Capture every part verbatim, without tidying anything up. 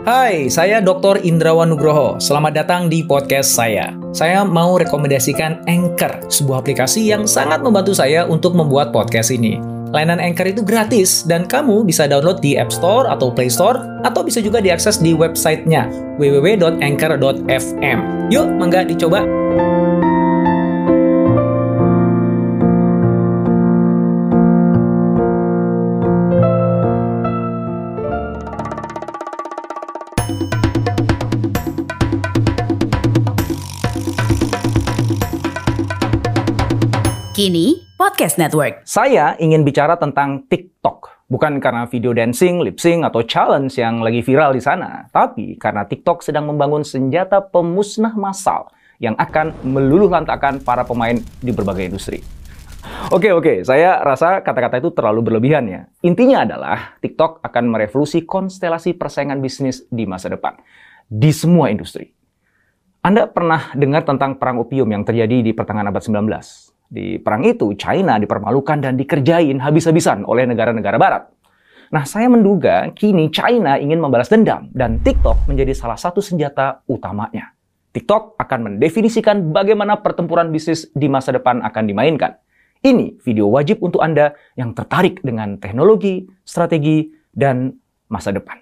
Hai, saya doktor Indrawan Nugroho. Selamat datang di podcast saya. Saya mau rekomendasikan Anchor, sebuah aplikasi yang sangat membantu saya untuk membuat podcast ini. Layanan Anchor itu gratis dan kamu bisa download di App Store atau Play Store atau bisa juga diakses di websitenya w w w dot anchor dot f m. Yuk, mangga dicoba. Kini Podcast Network. Saya ingin bicara tentang TikTok. Bukan karena video dancing, lip sync, atau challenge yang lagi viral di sana. Tapi karena TikTok sedang membangun senjata pemusnah massal yang akan meluluh lantakkan para pemain di berbagai industri. Oke, oke. Saya rasa kata-kata itu terlalu berlebihan ya. Intinya adalah TikTok akan merevolusi konstelasi persaingan bisnis di masa depan. Di semua industri. Anda pernah dengar tentang perang opium yang terjadi di pertengahan abad sembilan belas? Di perang itu, China dipermalukan dan dikerjain habis-habisan oleh negara-negara barat. Nah, saya menduga kini China ingin membalas dendam dan TikTok menjadi salah satu senjata utamanya. TikTok akan mendefinisikan bagaimana pertempuran bisnis di masa depan akan dimainkan. Ini video wajib untuk Anda yang tertarik dengan teknologi, strategi, dan masa depan.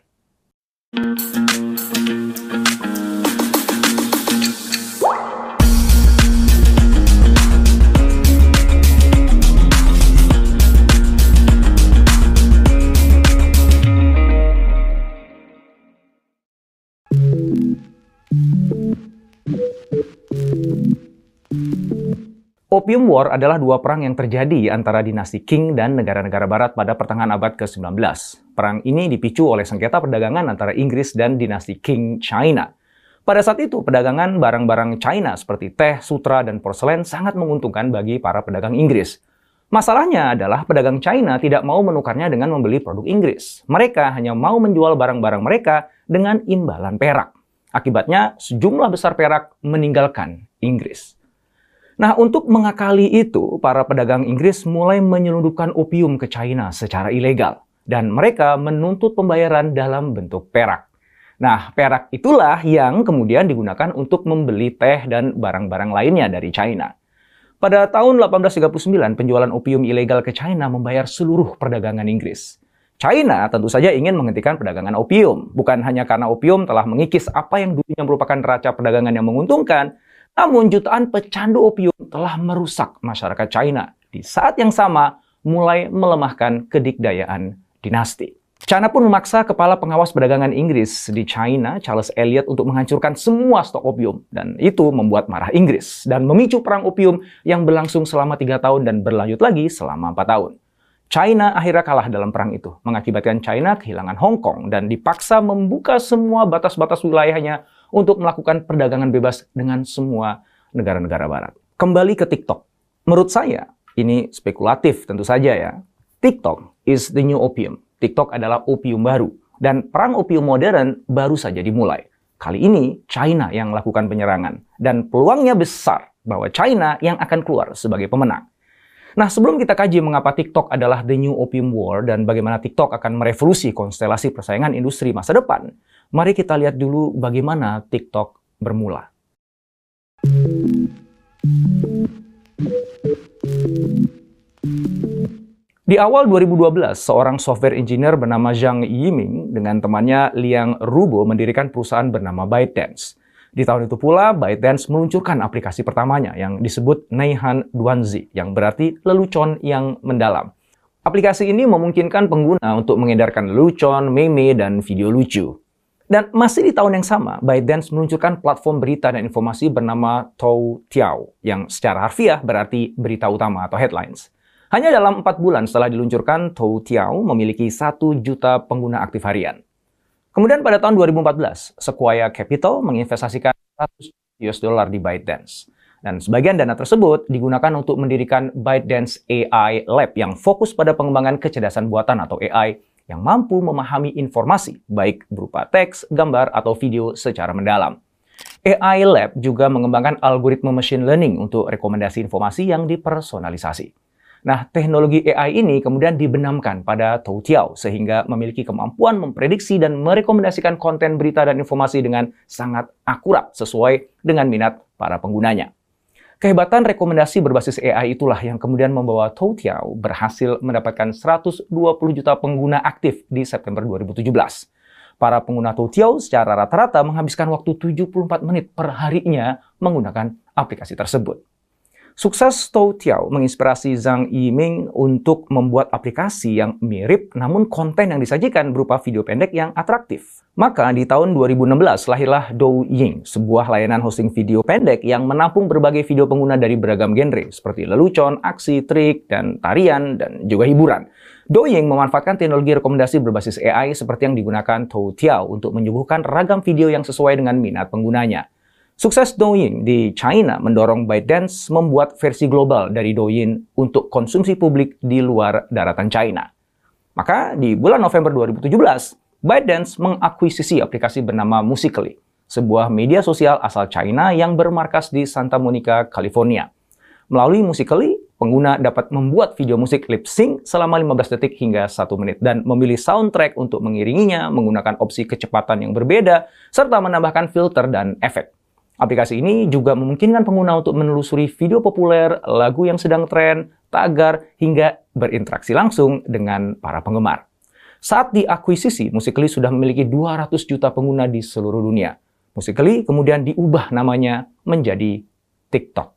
Opium War adalah dua perang yang terjadi antara dinasti Qing dan negara-negara barat pada pertengahan abad ke sembilan belas. Perang ini dipicu oleh sengketa perdagangan antara Inggris dan dinasti Qing China. Pada saat itu, perdagangan barang-barang China seperti teh, sutra, dan porselen sangat menguntungkan bagi para pedagang Inggris. Masalahnya adalah pedagang China tidak mau menukarnya dengan membeli produk Inggris. Mereka hanya mau menjual barang-barang mereka dengan imbalan perak. Akibatnya, sejumlah besar perak meninggalkan Inggris. Nah, untuk mengakali itu, para pedagang Inggris mulai menyelundupkan opium ke China secara ilegal. Dan mereka menuntut pembayaran dalam bentuk perak. Nah, perak itulah yang kemudian digunakan untuk membeli teh dan barang-barang lainnya dari China. Pada tahun delapan belas tiga puluh sembilan, penjualan opium ilegal ke China membayar seluruh perdagangan Inggris. China tentu saja ingin menghentikan perdagangan opium. Bukan hanya karena opium telah mengikis apa yang dulunya merupakan neraca perdagangan yang menguntungkan, namun jutaan pecandu opium telah merusak masyarakat China. Di saat yang sama, mulai melemahkan kedikdayaan dinasti. China pun memaksa kepala pengawas perdagangan Inggris di China, Charles Elliot, untuk menghancurkan semua stok opium. Dan itu membuat marah Inggris dan memicu perang opium yang berlangsung selama tiga tahun dan berlanjut lagi selama empat tahun. China akhirnya kalah dalam perang itu, mengakibatkan China kehilangan Hong Kong dan dipaksa membuka semua batas-batas wilayahnya untuk melakukan perdagangan bebas dengan semua negara-negara barat. Kembali ke TikTok. Menurut saya, ini spekulatif tentu saja ya. TikTok is the new opium. TikTok adalah opium baru. Dan perang opium modern baru saja dimulai. Kali ini, China yang melakukan penyerangan. Dan peluangnya besar bahwa China yang akan keluar sebagai pemenang. Nah, sebelum kita kaji mengapa TikTok adalah the new opium war dan bagaimana TikTok akan merevolusi konstelasi persaingan industri masa depan, mari kita lihat dulu bagaimana TikTok bermula. Di awal dua ribu dua belas, seorang software engineer bernama Zhang Yiming dengan temannya Liang Rubo mendirikan perusahaan bernama ByteDance. Di tahun itu pula, ByteDance meluncurkan aplikasi pertamanya yang disebut Neihan Duanzi, yang berarti lelucon yang mendalam. Aplikasi ini memungkinkan pengguna untuk mengedarkan lelucon, meme, dan video lucu. Dan masih di tahun yang sama, ByteDance meluncurkan platform berita dan informasi bernama Toutiao, yang secara harfiah berarti berita utama atau headlines. Hanya dalam empat bulan setelah diluncurkan, Toutiao memiliki satu juta pengguna aktif harian. Kemudian pada tahun dua ribu empat belas, Sequoia Capital menginvestasikan seratus US dollar di ByteDance. Dan sebagian dana tersebut digunakan untuk mendirikan ByteDance A I Lab yang fokus pada pengembangan kecerdasan buatan atau A I yang mampu memahami informasi, baik berupa teks, gambar, atau video secara mendalam. A I Lab juga mengembangkan algoritma machine learning untuk rekomendasi informasi yang dipersonalisasi. Nah, teknologi A I ini kemudian dibenamkan pada Toutiao sehingga memiliki kemampuan memprediksi dan merekomendasikan konten berita dan informasi dengan sangat akurat sesuai dengan minat para penggunanya. Kehebatan rekomendasi berbasis A I itulah yang kemudian membawa Toutiao berhasil mendapatkan seratus dua puluh juta pengguna aktif di September dua ribu tujuh belas. Para pengguna Toutiao secara rata-rata menghabiskan waktu tujuh puluh empat menit per harinya menggunakan aplikasi tersebut. Sukses Toutiao menginspirasi Zhang Yiming untuk membuat aplikasi yang mirip namun konten yang disajikan berupa video pendek yang atraktif. Maka di tahun dua ribu enam belas lahirlah Douyin, sebuah layanan hosting video pendek yang menampung berbagai video pengguna dari beragam genre seperti lelucon, aksi, trik, dan tarian, dan juga hiburan. Douyin memanfaatkan teknologi rekomendasi berbasis A I seperti yang digunakan Toutiao untuk menyuguhkan ragam video yang sesuai dengan minat penggunanya. Sukses Douyin di China mendorong ByteDance membuat versi global dari Douyin untuk konsumsi publik di luar daratan China. Maka di bulan November dua ribu tujuh belas, ByteDance mengakuisisi aplikasi bernama Musical.ly, sebuah media sosial asal China yang bermarkas di Santa Monica, California. Melalui Musical.ly, pengguna dapat membuat video musik lip sync selama lima belas detik hingga satu menit dan memilih soundtrack untuk mengiringinya menggunakan opsi kecepatan yang berbeda serta menambahkan filter dan efek. Aplikasi ini juga memungkinkan pengguna untuk menelusuri video populer, lagu yang sedang tren, tagar, hingga berinteraksi langsung dengan para penggemar. Saat diakuisisi, Musical.ly sudah memiliki dua ratus juta pengguna di seluruh dunia. Musical.ly kemudian diubah namanya menjadi TikTok.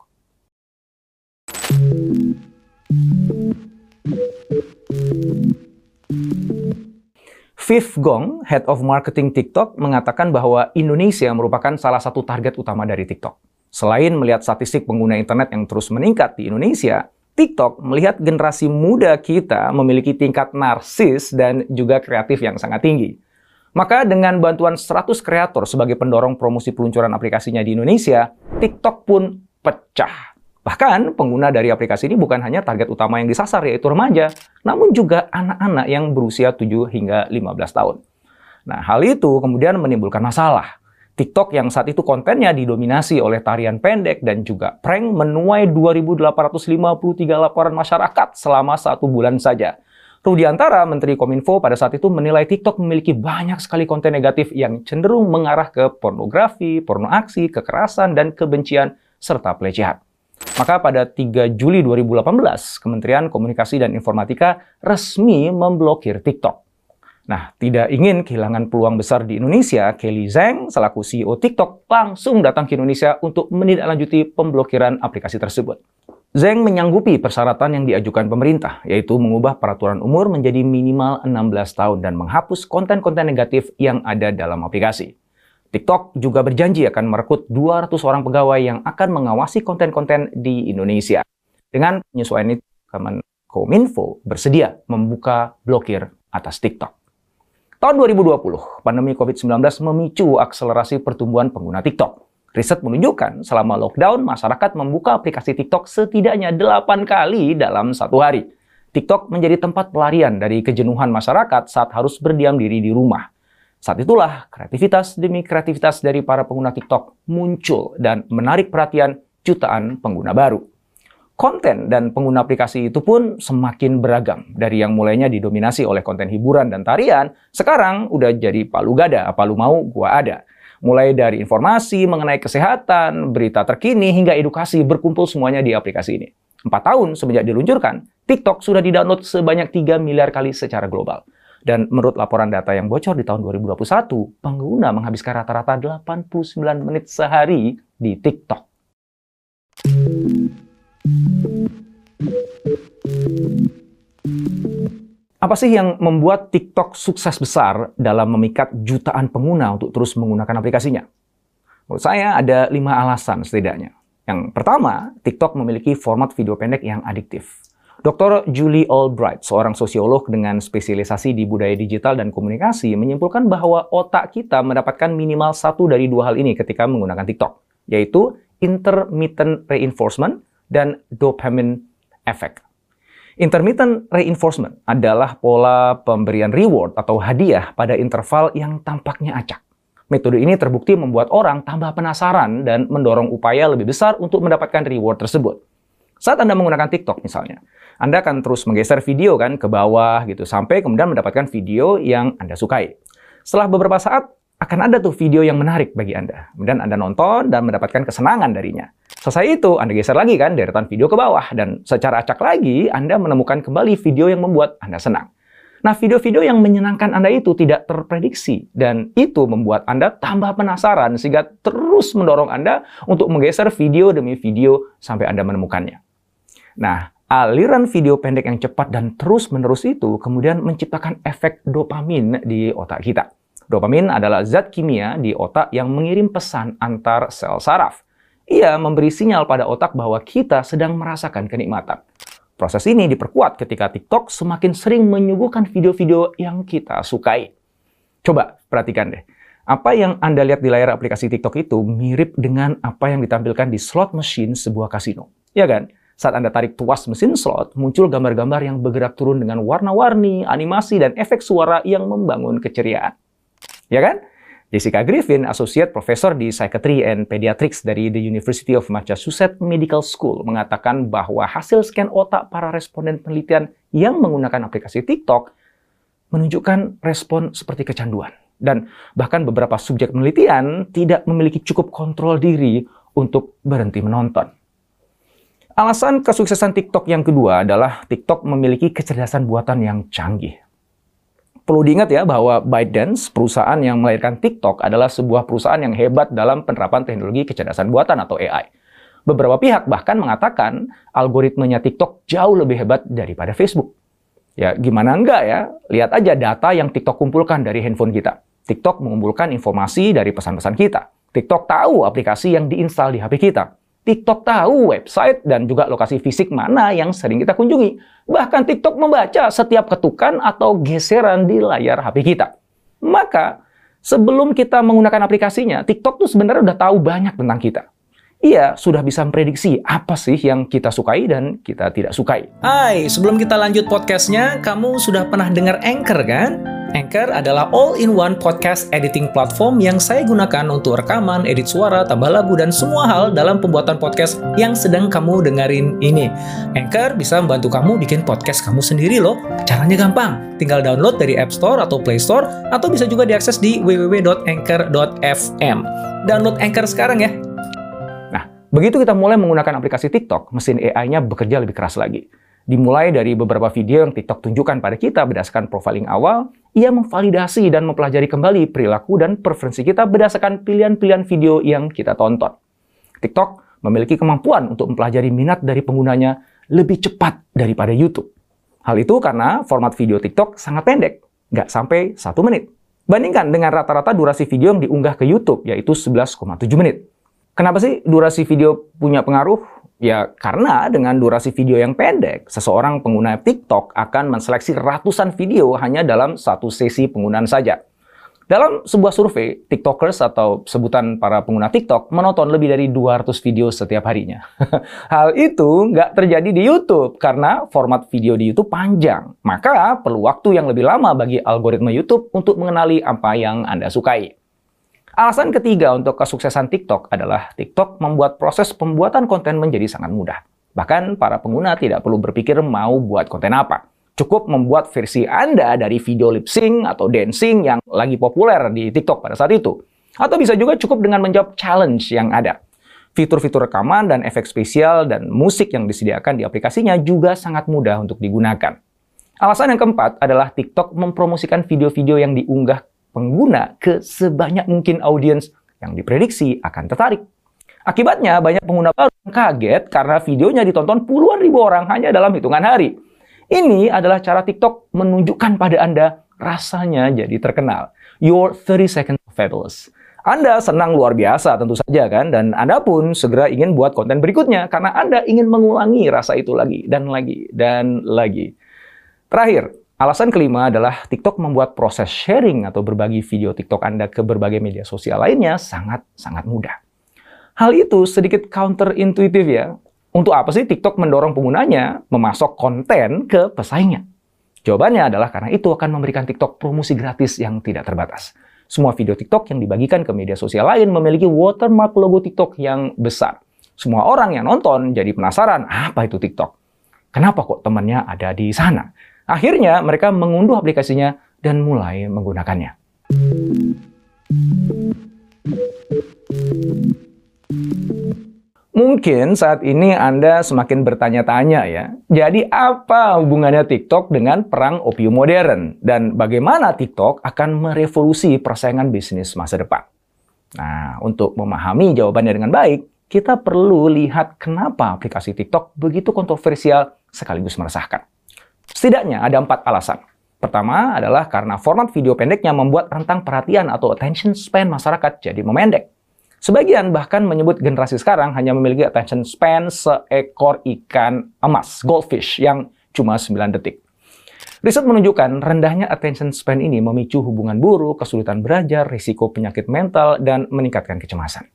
Viv Gong, Head of Marketing TikTok, mengatakan bahwa Indonesia merupakan salah satu target utama dari TikTok. Selain melihat statistik pengguna internet yang terus meningkat di Indonesia, TikTok melihat generasi muda kita memiliki tingkat narsis dan juga kreatif yang sangat tinggi. Maka dengan bantuan seratus kreator sebagai pendorong promosi peluncuran aplikasinya di Indonesia, TikTok pun pecah. Bahkan, pengguna dari aplikasi ini bukan hanya target utama yang disasar, yaitu remaja, namun juga anak-anak yang berusia tujuh hingga lima belas tahun. Nah, hal itu kemudian menimbulkan masalah. TikTok yang saat itu kontennya didominasi oleh tarian pendek dan juga prank menuai dua ribu delapan ratus lima puluh tiga laporan masyarakat selama satu bulan saja. Rudiantara, Menteri Kominfo pada saat itu menilai TikTok memiliki banyak sekali konten negatif yang cenderung mengarah ke pornografi, porno aksi, kekerasan, dan kebencian, serta pelecehan. Maka pada tiga Juli dua ribu delapan belas, Kementerian Komunikasi dan Informatika resmi memblokir TikTok. Nah, tidak ingin kehilangan peluang besar di Indonesia, Kelly Zhang, selaku C E O TikTok, langsung datang ke Indonesia untuk menindaklanjuti pemblokiran aplikasi tersebut. Zhang menyanggupi persyaratan yang diajukan pemerintah, yaitu mengubah peraturan umur menjadi minimal enam belas tahun dan menghapus konten-konten negatif yang ada dalam aplikasi. TikTok juga berjanji akan merekrut dua ratus orang pegawai yang akan mengawasi konten-konten di Indonesia. Dengan penyesuaian itu, Kominfo bersedia membuka blokir atas TikTok. Tahun dua ribu dua puluh, pandemi COVID sembilan belas memicu akselerasi pertumbuhan pengguna TikTok. Riset menunjukkan selama lockdown, masyarakat membuka aplikasi TikTok setidaknya delapan kali dalam satu hari. TikTok menjadi tempat pelarian dari kejenuhan masyarakat saat harus berdiam diri di rumah. Saat itulah kreativitas demi kreativitas dari para pengguna TikTok muncul dan menarik perhatian jutaan pengguna baru. Konten dan pengguna aplikasi itu pun semakin beragam. Dari yang mulainya didominasi oleh konten hiburan dan tarian, sekarang udah jadi palu gada, apa lu mau, gua ada. Mulai dari informasi mengenai kesehatan, berita terkini, hingga edukasi berkumpul semuanya di aplikasi ini. Empat tahun semenjak diluncurkan, TikTok sudah didownload sebanyak tiga miliar kali secara global. Dan menurut laporan data yang bocor di tahun dua ribu dua puluh satu, pengguna menghabiskan rata-rata delapan puluh sembilan menit sehari di TikTok. Apa sih yang membuat TikTok sukses besar dalam memikat jutaan pengguna untuk terus menggunakan aplikasinya? Menurut saya ada lima alasan setidaknya. Yang pertama, TikTok memiliki format video pendek yang adiktif. doktor Julie Albright, seorang sosiolog dengan spesialisasi di budaya digital dan komunikasi, menyimpulkan bahwa otak kita mendapatkan minimal satu dari dua hal ini ketika menggunakan TikTok, yaitu intermittent reinforcement dan dopamine effect. Intermittent reinforcement adalah pola pemberian reward atau hadiah pada interval yang tampaknya acak. Metode ini terbukti membuat orang tambah penasaran dan mendorong upaya lebih besar untuk mendapatkan reward tersebut. Saat Anda menggunakan TikTok misalnya, Anda akan terus menggeser video kan ke bawah gitu, sampai kemudian mendapatkan video yang Anda sukai. Setelah beberapa saat, akan ada tuh video yang menarik bagi Anda. Kemudian Anda nonton dan mendapatkan kesenangan darinya. Selesai itu, Anda geser lagi kan deretan video ke bawah. Dan secara acak lagi, Anda menemukan kembali video yang membuat Anda senang. Nah, video-video yang menyenangkan Anda itu tidak terprediksi. Dan itu membuat Anda tambah penasaran sehingga terus mendorong Anda untuk menggeser video demi video sampai Anda menemukannya. Nah, aliran video pendek yang cepat dan terus-menerus itu kemudian menciptakan efek dopamin di otak kita. Dopamin adalah zat kimia di otak yang mengirim pesan antar sel saraf. Ia memberi sinyal pada otak bahwa kita sedang merasakan kenikmatan. Proses ini diperkuat ketika TikTok semakin sering menyuguhkan video-video yang kita sukai. Coba perhatikan deh, apa yang Anda lihat di layar aplikasi TikTok itu mirip dengan apa yang ditampilkan di slot machine sebuah kasino. Ya kan? Saat Anda tarik tuas mesin slot, muncul gambar-gambar yang bergerak turun dengan warna-warni, animasi, dan efek suara yang membangun keceriaan. Ya kan? Jessica Griffin, Associate Professor di Psychiatry and Pediatrics dari The University of Massachusetts Medical School, mengatakan bahwa hasil scan otak para responden penelitian yang menggunakan aplikasi TikTok menunjukkan respon seperti kecanduan. Dan bahkan beberapa subjek penelitian tidak memiliki cukup kontrol diri untuk berhenti menonton. Alasan kesuksesan TikTok yang kedua adalah TikTok memiliki kecerdasan buatan yang canggih. Perlu diingat ya bahwa ByteDance, perusahaan yang melahirkan TikTok, adalah sebuah perusahaan yang hebat dalam penerapan teknologi kecerdasan buatan atau A I. Beberapa pihak bahkan mengatakan algoritmenya TikTok jauh lebih hebat daripada Facebook. Ya, gimana enggak ya? Lihat aja data yang TikTok kumpulkan dari handphone kita. TikTok mengumpulkan informasi dari pesan-pesan kita. TikTok tahu aplikasi yang diinstal di H P kita. TikTok tahu website dan juga lokasi fisik mana yang sering kita kunjungi. Bahkan TikTok membaca setiap ketukan atau geseran di layar H P kita. Maka, sebelum kita menggunakan aplikasinya, TikTok tuh sebenarnya udah tahu banyak tentang kita. Ia sudah bisa memprediksi apa sih yang kita sukai dan kita tidak sukai. Hai, sebelum kita lanjut podcastnya, kamu sudah pernah dengar Anchor kan? Anchor adalah all-in-one podcast editing platform yang saya gunakan untuk rekaman, edit suara, tambah lagu, dan semua hal dalam pembuatan podcast yang sedang kamu dengerin ini. Anchor bisa membantu kamu bikin podcast kamu sendiri loh. Caranya gampang, tinggal download dari App Store atau Play Store, atau bisa juga diakses di w w w dot anchor dot f m. Download Anchor sekarang ya. Nah, begitu kita mulai menggunakan aplikasi TikTok, mesin A I-nya bekerja lebih keras lagi. Dimulai dari beberapa video yang TikTok tunjukkan pada kita berdasarkan profiling awal, ia memvalidasi dan mempelajari kembali perilaku dan preferensi kita berdasarkan pilihan-pilihan video yang kita tonton. TikTok memiliki kemampuan untuk mempelajari minat dari penggunanya lebih cepat daripada YouTube. Hal itu karena format video TikTok sangat pendek, nggak sampai satu menit. Bandingkan dengan rata-rata durasi video yang diunggah ke YouTube, yaitu sebelas koma tujuh menit. Kenapa sih durasi video punya pengaruh? Ya, karena dengan durasi video yang pendek, seseorang pengguna TikTok akan menseleksi ratusan video hanya dalam satu sesi penggunaan saja. Dalam sebuah survei, TikTokers atau sebutan para pengguna TikTok menonton lebih dari dua ratus video setiap harinya. Hal itu nggak terjadi di YouTube karena format video di YouTube panjang. Maka perlu waktu yang lebih lama bagi algoritma YouTube untuk mengenali apa yang Anda sukai. Alasan ketiga untuk kesuksesan TikTok adalah TikTok membuat proses pembuatan konten menjadi sangat mudah. Bahkan para pengguna tidak perlu berpikir mau buat konten apa. Cukup membuat versi Anda dari video lip sync atau dancing yang lagi populer di TikTok pada saat itu. Atau bisa juga cukup dengan menjawab challenge yang ada. Fitur-fitur rekaman dan efek spesial dan musik yang disediakan di aplikasinya juga sangat mudah untuk digunakan. Alasan yang keempat adalah TikTok mempromosikan video-video yang diunggah pengguna ke sebanyak mungkin audiens yang diprediksi akan tertarik. Akibatnya, banyak pengguna baru kaget karena videonya ditonton puluhan ribu orang hanya dalam hitungan hari. Ini adalah cara TikTok menunjukkan pada Anda rasanya jadi terkenal. Your thirty seconds fabulous. Anda senang luar biasa tentu saja kan, dan Anda pun segera ingin buat konten berikutnya karena Anda ingin mengulangi rasa itu lagi dan lagi dan lagi. Terakhir, alasan kelima adalah TikTok membuat proses sharing atau berbagi video TikTok Anda ke berbagai media sosial lainnya sangat-sangat mudah. Hal itu sedikit counterintuitif ya. Untuk apa sih TikTok mendorong penggunanya memasok konten ke pesaingnya? Jawabannya adalah karena itu akan memberikan TikTok promosi gratis yang tidak terbatas. Semua video TikTok yang dibagikan ke media sosial lain memiliki watermark logo TikTok yang besar. Semua orang yang nonton jadi penasaran, apa itu TikTok? Kenapa kok temannya ada di sana? Akhirnya mereka mengunduh aplikasinya dan mulai menggunakannya. Mungkin saat ini Anda semakin bertanya-tanya ya, jadi apa hubungannya TikTok dengan perang opium modern? Dan bagaimana TikTok akan merevolusi persaingan bisnis masa depan? Nah, untuk memahami jawabannya dengan baik, kita perlu lihat kenapa aplikasi TikTok begitu kontroversial sekaligus meresahkan. Setidaknya ada empat alasan. Pertama adalah karena format video pendeknya membuat rentang perhatian atau attention span masyarakat jadi memendek. Sebagian bahkan menyebut generasi sekarang hanya memiliki attention span seekor ikan emas, goldfish, yang cuma sembilan detik. Riset menunjukkan rendahnya attention span ini memicu hubungan buruk, kesulitan belajar, risiko penyakit mental, dan meningkatkan kecemasan.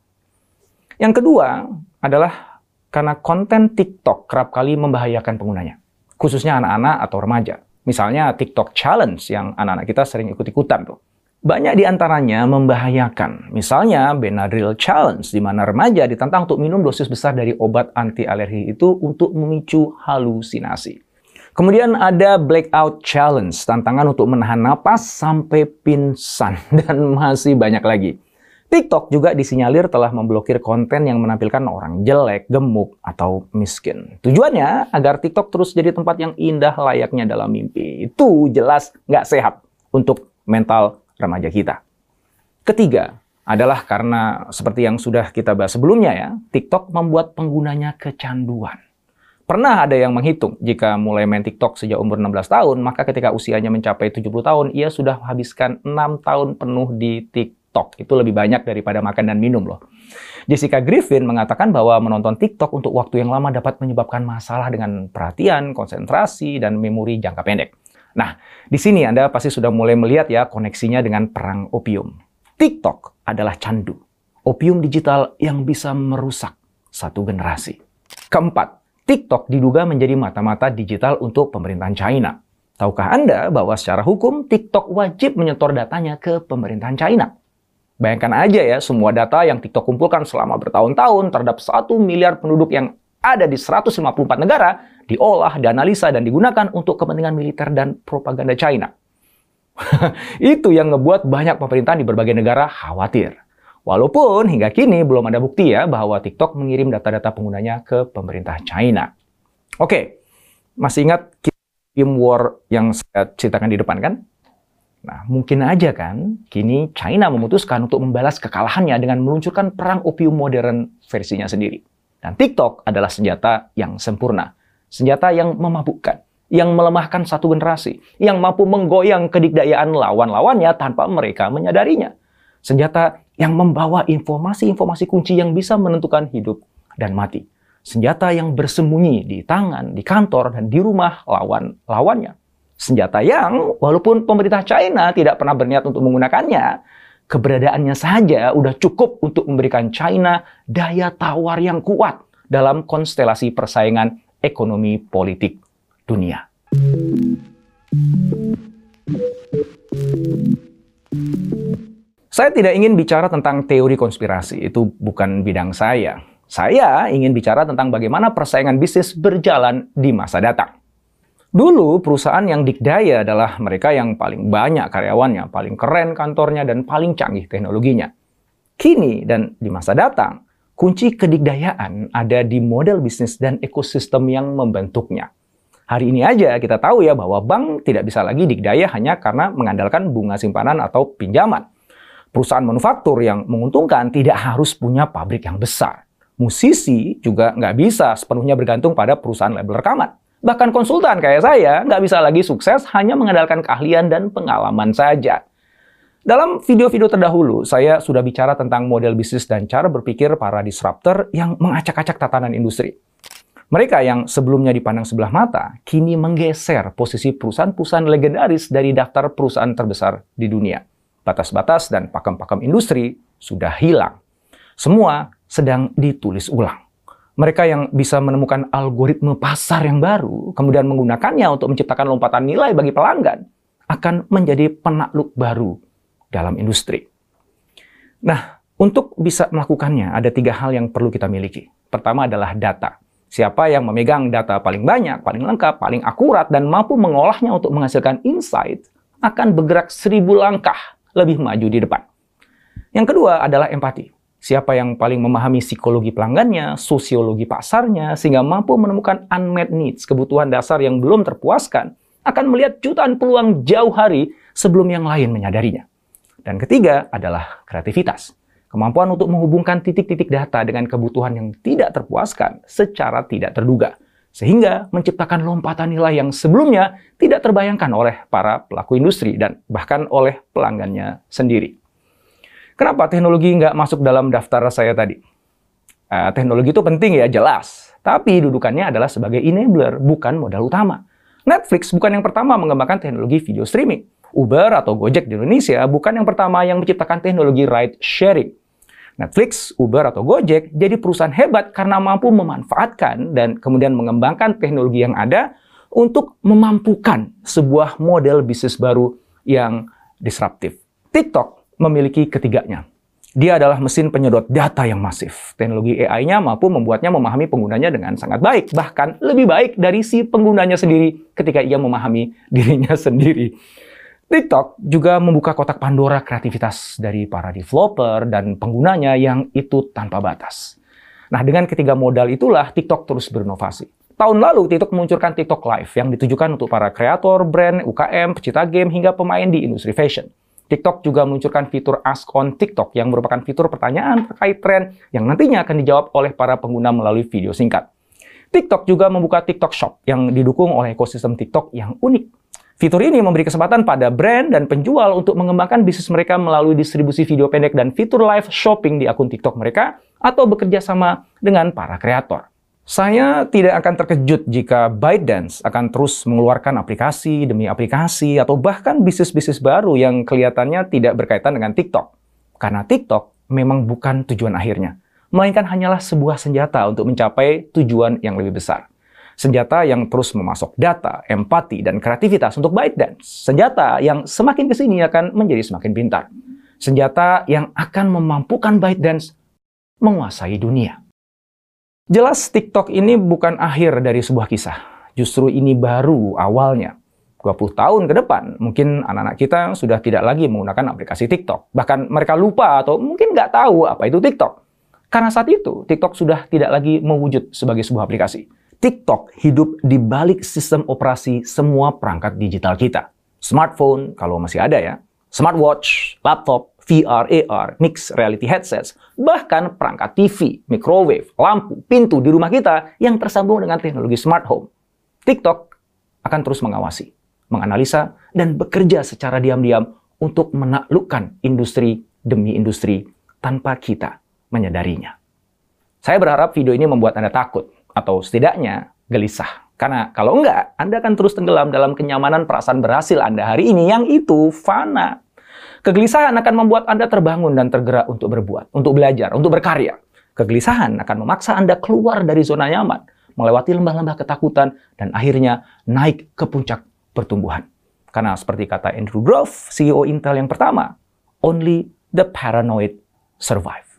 Yang kedua adalah karena konten TikTok kerap kali membahayakan penggunanya, khususnya anak-anak atau remaja. Misalnya TikTok Challenge yang anak-anak kita sering ikut-ikutan tuh. Banyak di antaranya membahayakan. Misalnya Benadryl Challenge, di mana remaja ditantang untuk minum dosis besar dari obat anti alergi itu untuk memicu halusinasi. Kemudian ada Blackout Challenge, tantangan untuk menahan napas sampai pingsan, dan masih banyak lagi. TikTok juga disinyalir telah memblokir konten yang menampilkan orang jelek, gemuk, atau miskin. Tujuannya agar TikTok terus jadi tempat yang indah layaknya dalam mimpi. Itu jelas nggak sehat untuk mental remaja kita. Ketiga adalah karena seperti yang sudah kita bahas sebelumnya ya, TikTok membuat penggunanya kecanduan. Pernah ada yang menghitung, jika mulai main TikTok sejak umur enam belas tahun, maka ketika usianya mencapai tujuh puluh tahun, ia sudah menghabiskan enam tahun penuh di TikTok. Itu lebih banyak daripada makan dan minum loh. Jessica Griffin mengatakan bahwa menonton TikTok untuk waktu yang lama dapat menyebabkan masalah dengan perhatian, konsentrasi, dan memori jangka pendek. Nah, di sini Anda pasti sudah mulai melihat ya koneksinya dengan perang opium. TikTok adalah candu, opium digital yang bisa merusak satu generasi. Keempat, TikTok diduga menjadi mata-mata digital untuk pemerintahan China. Tahukah Anda bahwa secara hukum TikTok wajib menyetor datanya ke pemerintahan China? Bayangkan aja ya, semua data yang TikTok kumpulkan selama bertahun-tahun terhadap satu miliar penduduk yang ada di seratus lima puluh empat negara, diolah, dianalisa, dan digunakan untuk kepentingan militer dan propaganda China. Itu yang ngebuat banyak pemerintahan di berbagai negara khawatir. Walaupun hingga kini belum ada bukti ya bahwa TikTok mengirim data-data penggunanya ke pemerintah China. Oke, masih ingat Opium War yang saya ceritakan di depan kan? Nah, mungkin aja kan, kini China memutuskan untuk membalas kekalahannya dengan meluncurkan perang opium modern versinya sendiri. Dan TikTok adalah senjata yang sempurna. Senjata yang memabukkan, yang melemahkan satu generasi, yang mampu menggoyang kedikdayaan lawan-lawannya tanpa mereka menyadarinya. Senjata yang membawa informasi-informasi kunci yang bisa menentukan hidup dan mati. Senjata yang bersembunyi di tangan, di kantor, dan di rumah lawan-lawannya. Senjata yang, walaupun pemerintah China tidak pernah berniat untuk menggunakannya, keberadaannya saja udah cukup untuk memberikan China daya tawar yang kuat dalam konstelasi persaingan ekonomi politik dunia. Saya tidak ingin bicara tentang teori konspirasi, itu bukan bidang saya. Saya ingin bicara tentang bagaimana persaingan bisnis berjalan di masa datang. Dulu, perusahaan yang dikdaya adalah mereka yang paling banyak karyawannya, paling keren kantornya, dan paling canggih teknologinya. Kini dan di masa datang, kunci kedikdayaan ada di model bisnis dan ekosistem yang membentuknya. Hari ini aja kita tahu ya bahwa bank tidak bisa lagi dikdaya hanya karena mengandalkan bunga simpanan atau pinjaman. Perusahaan manufaktur yang menguntungkan tidak harus punya pabrik yang besar. Musisi juga nggak bisa sepenuhnya bergantung pada perusahaan label rekaman. Bahkan konsultan kayak saya nggak bisa lagi sukses hanya mengandalkan keahlian dan pengalaman saja. Dalam video-video terdahulu, saya sudah bicara tentang model bisnis dan cara berpikir para disruptor yang mengacak-acak tatanan industri. Mereka yang sebelumnya dipandang sebelah mata, kini menggeser posisi perusahaan-perusahaan legendaris dari daftar perusahaan terbesar di dunia. Batas-batas dan pakem-pakem industri sudah hilang. Semua sedang ditulis ulang. Mereka yang bisa menemukan algoritma pasar yang baru, kemudian menggunakannya untuk menciptakan lompatan nilai bagi pelanggan, akan menjadi penakluk baru dalam industri. Nah, untuk bisa melakukannya, ada tiga hal yang perlu kita miliki. Pertama adalah data. Siapa yang memegang data paling banyak, paling lengkap, paling akurat, dan mampu mengolahnya untuk menghasilkan insight, akan bergerak seribu langkah lebih maju di depan. Yang kedua adalah empati. Siapa yang paling memahami psikologi pelanggannya, sosiologi pasarnya, sehingga mampu menemukan unmet needs, kebutuhan dasar yang belum terpuaskan, akan melihat jutaan peluang jauh hari sebelum yang lain menyadarinya. Dan ketiga adalah kreativitas. Kemampuan untuk menghubungkan titik-titik data dengan kebutuhan yang tidak terpuaskan secara tidak terduga. Sehingga menciptakan lompatan nilai yang sebelumnya tidak terbayangkan oleh para pelaku industri dan bahkan oleh pelanggannya sendiri. Kenapa teknologi nggak masuk dalam daftar saya tadi? Uh, teknologi itu penting ya, jelas. Tapi dudukannya adalah sebagai enabler, bukan modal utama. Netflix bukan yang pertama mengembangkan teknologi video streaming. Uber atau Gojek di Indonesia bukan yang pertama yang menciptakan teknologi ride sharing. Netflix, Uber, atau Gojek jadi perusahaan hebat karena mampu memanfaatkan dan kemudian mengembangkan teknologi yang ada untuk memampukan sebuah model bisnis baru yang disruptif. TikTok memiliki ketiganya. Dia adalah mesin penyedot data yang masif. Teknologi A I-nya mampu membuatnya memahami penggunanya dengan sangat baik, bahkan lebih baik dari si penggunanya sendiri ketika ia memahami dirinya sendiri. TikTok juga membuka kotak Pandora kreativitas dari para developer dan penggunanya yang itu tanpa batas. Nah, dengan ketiga modal itulah TikTok terus berinovasi. Tahun lalu, TikTok meluncurkan TikTok Live yang ditujukan untuk para kreator, brand, U K M, pecinta game, hingga pemain di industri fashion. TikTok juga meluncurkan fitur Ask on TikTok yang merupakan fitur pertanyaan terkait tren yang nantinya akan dijawab oleh para pengguna melalui video singkat. TikTok juga membuka TikTok Shop yang didukung oleh ekosistem TikTok yang unik. Fitur ini memberi kesempatan pada brand dan penjual untuk mengembangkan bisnis mereka melalui distribusi video pendek dan fitur live shopping di akun TikTok mereka atau bekerja sama dengan para kreator. Saya tidak akan terkejut jika ByteDance akan terus mengeluarkan aplikasi demi aplikasi atau bahkan bisnis-bisnis baru yang kelihatannya tidak berkaitan dengan TikTok. Karena TikTok memang bukan tujuan akhirnya, melainkan hanyalah sebuah senjata untuk mencapai tujuan yang lebih besar. Senjata yang terus memasok data, empati, dan kreativitas untuk ByteDance. Senjata yang semakin kesini akan menjadi semakin pintar. Senjata yang akan memampukan ByteDance menguasai dunia. Jelas TikTok ini bukan akhir dari sebuah kisah. Justru ini baru awalnya. dua puluh tahun ke depan, mungkin anak-anak kita sudah tidak lagi menggunakan aplikasi TikTok. Bahkan mereka lupa atau mungkin nggak tahu apa itu TikTok. Karena saat itu, TikTok sudah tidak lagi mewujud sebagai sebuah aplikasi. TikTok hidup di balik sistem operasi semua perangkat digital kita. Smartphone, kalau masih ada ya, smartwatch, laptop, V R, A R, mixed reality headsets, bahkan perangkat T V, microwave, lampu, pintu di rumah kita yang tersambung dengan teknologi smart home. TikTok akan terus mengawasi, menganalisa, dan bekerja secara diam-diam untuk menaklukkan industri demi industri tanpa kita menyadarinya. Saya berharap video ini membuat Anda takut, atau setidaknya gelisah. Karena kalau enggak, Anda akan terus tenggelam dalam kenyamanan perasaan berhasil Anda hari ini yang itu fana. Kegelisahan akan membuat Anda terbangun dan tergerak untuk berbuat, untuk belajar, untuk berkarya. Kegelisahan akan memaksa Anda keluar dari zona nyaman, melewati lembah-lembah ketakutan, dan akhirnya naik ke puncak pertumbuhan. Karena seperti kata Andrew Grove, C E O Intel yang pertama, only the paranoid survive.